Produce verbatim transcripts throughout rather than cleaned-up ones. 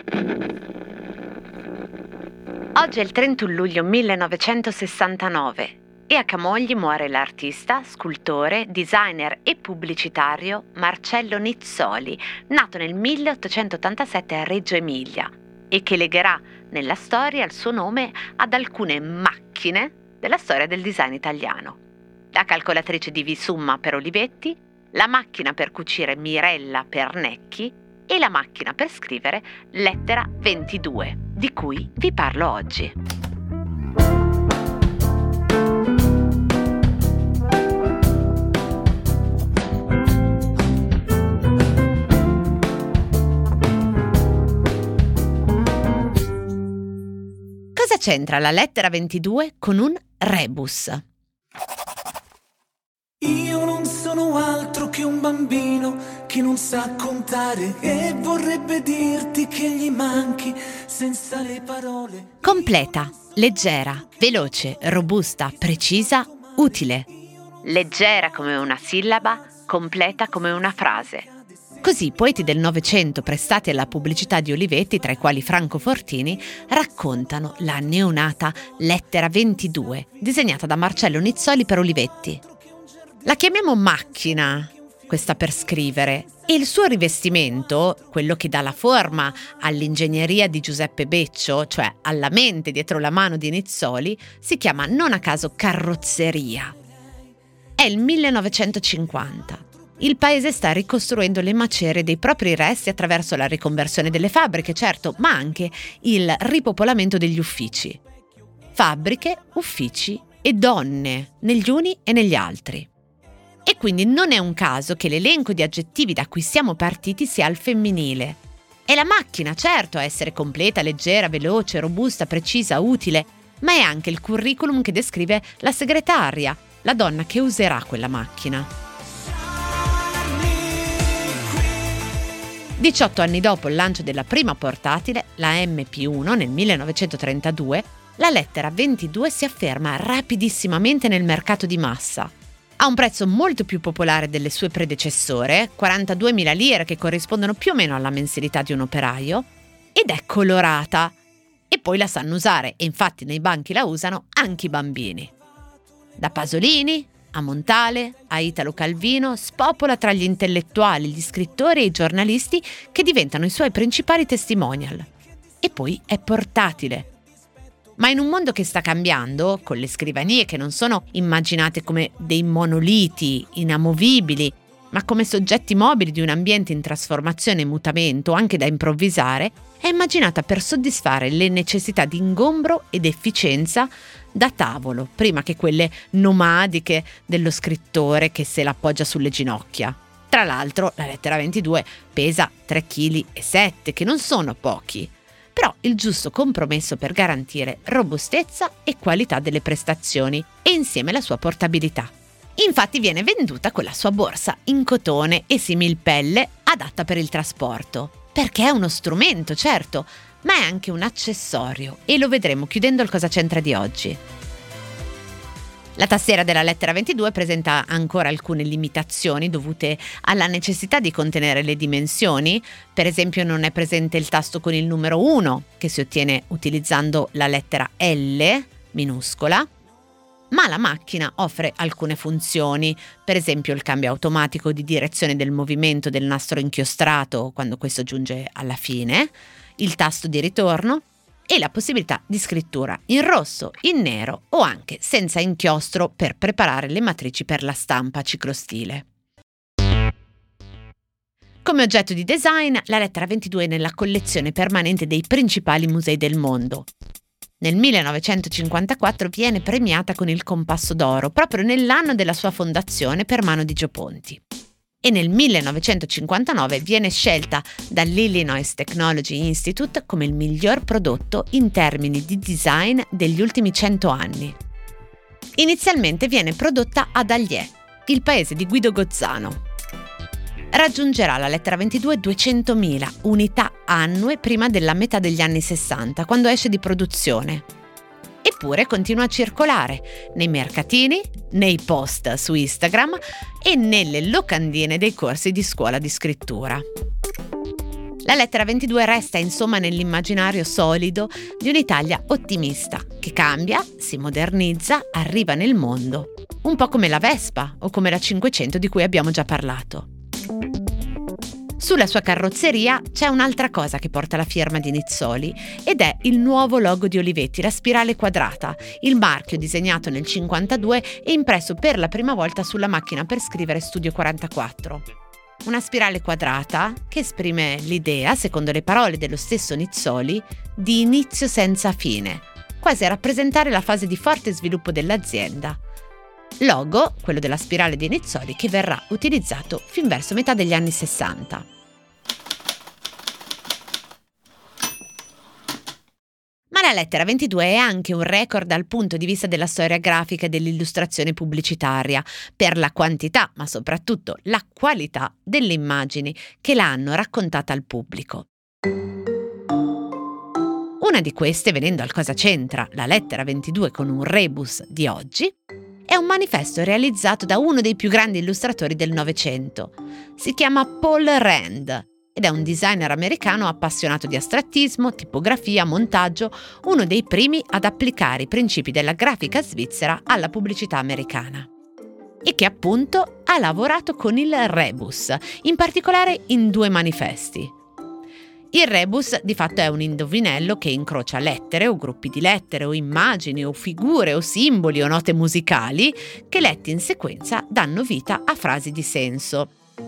Oggi è il trentuno luglio millenovecentosessantanove e a Camogli muore l'artista, scultore, designer e pubblicitario Marcello Nizzoli, nato nel milleottocentottantasette a Reggio Emilia e che legherà nella storia il suo nome ad alcune macchine della storia del design italiano. La calcolatrice di Visumma per Olivetti, la macchina per cucire Mirella per Necchi e la macchina per scrivere Lettera ventidue, di cui vi parlo oggi. Cosa c'entra la lettera ventidue con un rebus? Io non sono altro che un bambino che non sa contare e vorrebbe dirti che gli manchi senza le parole. Completa, leggera, veloce, robusta, precisa, utile. Leggera come una sillaba, completa come una frase. Così i poeti del Novecento prestati alla pubblicità di Olivetti, tra i quali Franco Fortini, raccontano la neonata Lettera ventidue, disegnata da Marcello Nizzoli per Olivetti. La chiamiamo macchina, questa per scrivere, e il suo rivestimento, quello che dà la forma all'ingegneria di Giuseppe Beccio, cioè alla mente dietro la mano di Nizzoli, si chiama non a caso carrozzeria. È il millenovecentocinquanta. Il paese sta ricostruendo le macerie dei propri resti attraverso la riconversione delle fabbriche, certo, ma anche il ripopolamento degli uffici. Fabbriche, uffici e donne, negli uni e negli altri. E quindi non è un caso che l'elenco di aggettivi da cui siamo partiti sia al femminile. È la macchina, certo, a essere completa, leggera, veloce, robusta, precisa, utile, ma è anche il curriculum che descrive la segretaria, la donna che userà quella macchina. diciotto anni dopo il lancio della prima portatile, la emme pi uno, nel millenovecentotrentadue, la lettera ventidue si afferma rapidissimamente nel mercato di massa. Ha un prezzo molto più popolare delle sue predecessore, quarantaduemila lire che corrispondono più o meno alla mensilità di un operaio, ed è colorata. E poi la sanno usare, e infatti nei banchi la usano anche i bambini. Da Pasolini a Montale, a Italo Calvino, spopola tra gli intellettuali, gli scrittori e i giornalisti che diventano i suoi principali testimonial. E poi è portatile. Ma in un mondo che sta cambiando, con le scrivanie che non sono immaginate come dei monoliti inamovibili, ma come soggetti mobili di un ambiente in trasformazione e mutamento, anche da improvvisare, è immaginata per soddisfare le necessità di ingombro ed efficienza da tavolo, prima che quelle nomadiche dello scrittore che se l'appoggia sulle ginocchia. Tra l'altro, la lettera ventidue pesa tre virgola sette chili, che non sono pochi, però il giusto compromesso per garantire robustezza e qualità delle prestazioni e insieme la sua portabilità. Infatti viene venduta con la sua borsa in cotone e similpelle adatta per il trasporto, perché è uno strumento, certo, ma è anche un accessorio, e lo vedremo chiudendo il Cosa c'entra di oggi. La tastiera della lettera ventidue presenta ancora alcune limitazioni dovute alla necessità di contenere le dimensioni. Per esempio non è presente il tasto con il numero uno, che si ottiene utilizzando la lettera elle minuscola, ma la macchina offre alcune funzioni, per esempio il cambio automatico di direzione del movimento del nastro inchiostrato quando questo giunge alla fine, il tasto di ritorno e la possibilità di scrittura in rosso, in nero o anche senza inchiostro per preparare le matrici per la stampa ciclostile. Come oggetto di design, la lettera ventidue è nella collezione permanente dei principali musei del mondo. Nel millenovecentocinquantaquattro viene premiata con il Compasso d'Oro, proprio nell'anno della sua fondazione per mano di Gio Ponti. E nel millenovecentocinquantanove viene scelta dall'Illinois Technology Institute come il miglior prodotto in termini di design degli ultimi cento anni. Inizialmente viene prodotta ad Allier, il paese di Guido Gozzano. Raggiungerà la lettera ventidue duecentomila unità annue prima della metà degli anni sessanta, quando esce di produzione. Eppure continua a circolare nei mercatini, nei post su Instagram e nelle locandine dei corsi di scuola di scrittura. La lettera ventidue resta insomma nell'immaginario solido di un'Italia ottimista, che cambia, si modernizza, arriva nel mondo, un po' come la Vespa o come la cinquecento di cui abbiamo già parlato. Sulla sua carrozzeria c'è un'altra cosa che porta la firma di Nizzoli ed è il nuovo logo di Olivetti, la spirale quadrata, il marchio disegnato nel cinquantadue e impresso per la prima volta sulla macchina per scrivere Studio quarantaquattro. Una spirale quadrata che esprime l'idea, secondo le parole dello stesso Nizzoli, di inizio senza fine, quasi a rappresentare la fase di forte sviluppo dell'azienda. Logo, quello della spirale di Nizzoli, che verrà utilizzato fin verso metà degli anni sessanta. Ma la lettera ventidue è anche un record dal punto di vista della storia grafica e dell'illustrazione pubblicitaria, per la quantità, ma soprattutto la qualità delle immagini che l'hanno raccontata al pubblico. Una di queste, venendo al cosa c'entra la lettera ventidue con un rebus di oggi, è un manifesto realizzato da uno dei più grandi illustratori del Novecento. Si chiama Paul Rand ed è un designer americano appassionato di astrattismo, tipografia, montaggio, uno dei primi ad applicare i principi della grafica svizzera alla pubblicità americana. E che appunto ha lavorato con il rebus, in particolare in due manifesti. Il rebus di fatto è un indovinello che incrocia lettere o gruppi di lettere o immagini o figure o simboli o note musicali che letti in sequenza danno vita a frasi di senso.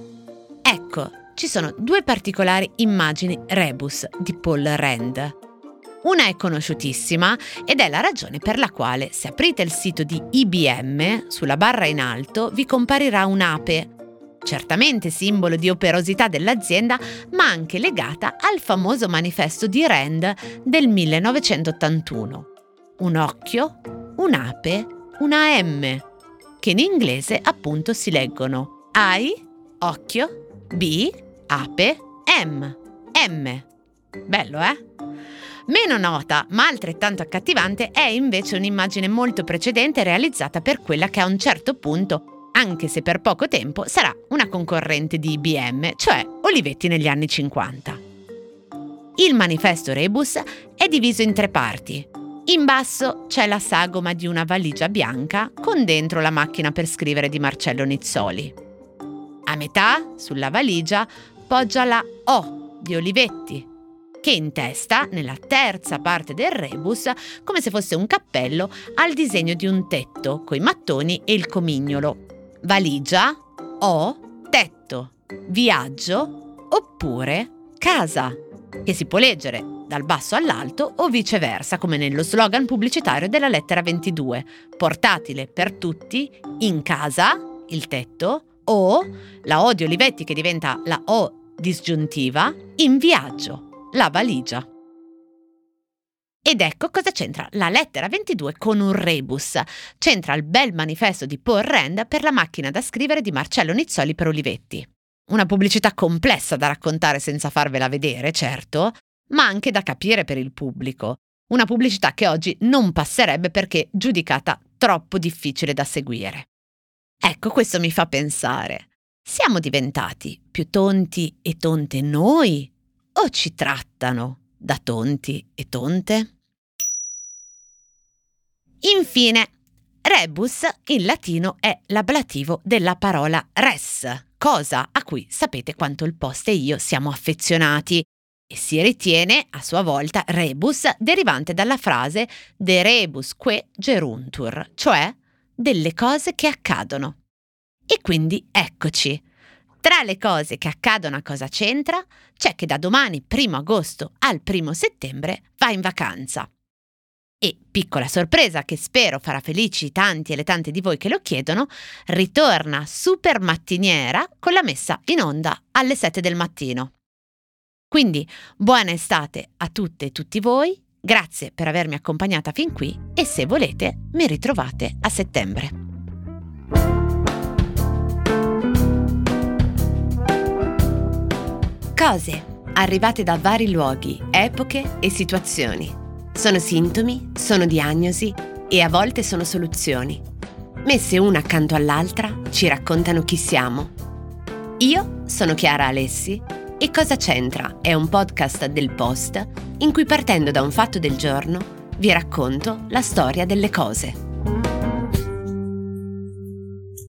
Ecco, ci sono due particolari immagini rebus di Paul Rand. Una è conosciutissima ed è la ragione per la quale, se aprite il sito di I B M, sulla barra in alto vi comparirà un'ape, certamente simbolo di operosità dell'azienda, ma anche legata al famoso manifesto di Rand del millenovecentottantuno. Un occhio, un'ape, una M, che in inglese appunto si leggono eye, occhio, B, ape, M, M. Bello, eh? Meno nota, ma altrettanto accattivante, è invece un'immagine molto precedente realizzata per quella che a un certo punto, anche se per poco tempo, sarà una concorrente di I B M, cioè Olivetti negli anni cinquanta. Il manifesto rebus è diviso in tre parti. In basso c'è la sagoma di una valigia bianca con dentro la macchina per scrivere di Marcello Nizzoli. A metà, sulla valigia, poggia la O di Olivetti, che in testa, nella terza parte del rebus, come se fosse un cappello, ha il disegno di un tetto coi mattoni e il comignolo. Valigia, O, tetto, viaggio oppure casa, che si può leggere dal basso all'alto o viceversa, come nello slogan pubblicitario della lettera ventidue, portatile per tutti, in casa, il tetto, o la O di Olivetti che diventa la O disgiuntiva, in viaggio, la valigia. Ed ecco cosa c'entra la lettera ventidue con un rebus. C'entra il bel manifesto di Paul Rand per la macchina da scrivere di Marcello Nizzoli per Olivetti. Una pubblicità complessa da raccontare senza farvela vedere, certo, ma anche da capire per il pubblico. Una pubblicità che oggi non passerebbe perché giudicata troppo difficile da seguire. Ecco, questo mi fa pensare. Siamo diventati più tonti e tonte noi o ci trattano da tonti e tonte? Infine, rebus in latino è l'ablativo della parola res, cosa a cui sapete quanto il Post e io siamo affezionati, e si ritiene a sua volta rebus derivante dalla frase de rebus que geruntur, cioè delle cose che accadono. E quindi eccoci. Tra le cose che accadono a Cosa c'entra c'è che da domani primo agosto al primo settembre va in vacanza. E, piccola sorpresa che spero farà felici tanti e le tante di voi che lo chiedono, ritorna super mattiniera con la messa in onda alle sette del mattino. Quindi buona estate a tutte e tutti voi, grazie per avermi accompagnata fin qui e se volete mi ritrovate a settembre. Cose arrivate da vari luoghi, epoche e situazioni. Sono sintomi, sono diagnosi e a volte sono soluzioni. Messe una accanto all'altra ci raccontano chi siamo. Io sono Chiara Alessi E Cosa c'entra è un podcast del Post in cui, partendo da un fatto del giorno, vi racconto la storia delle cose.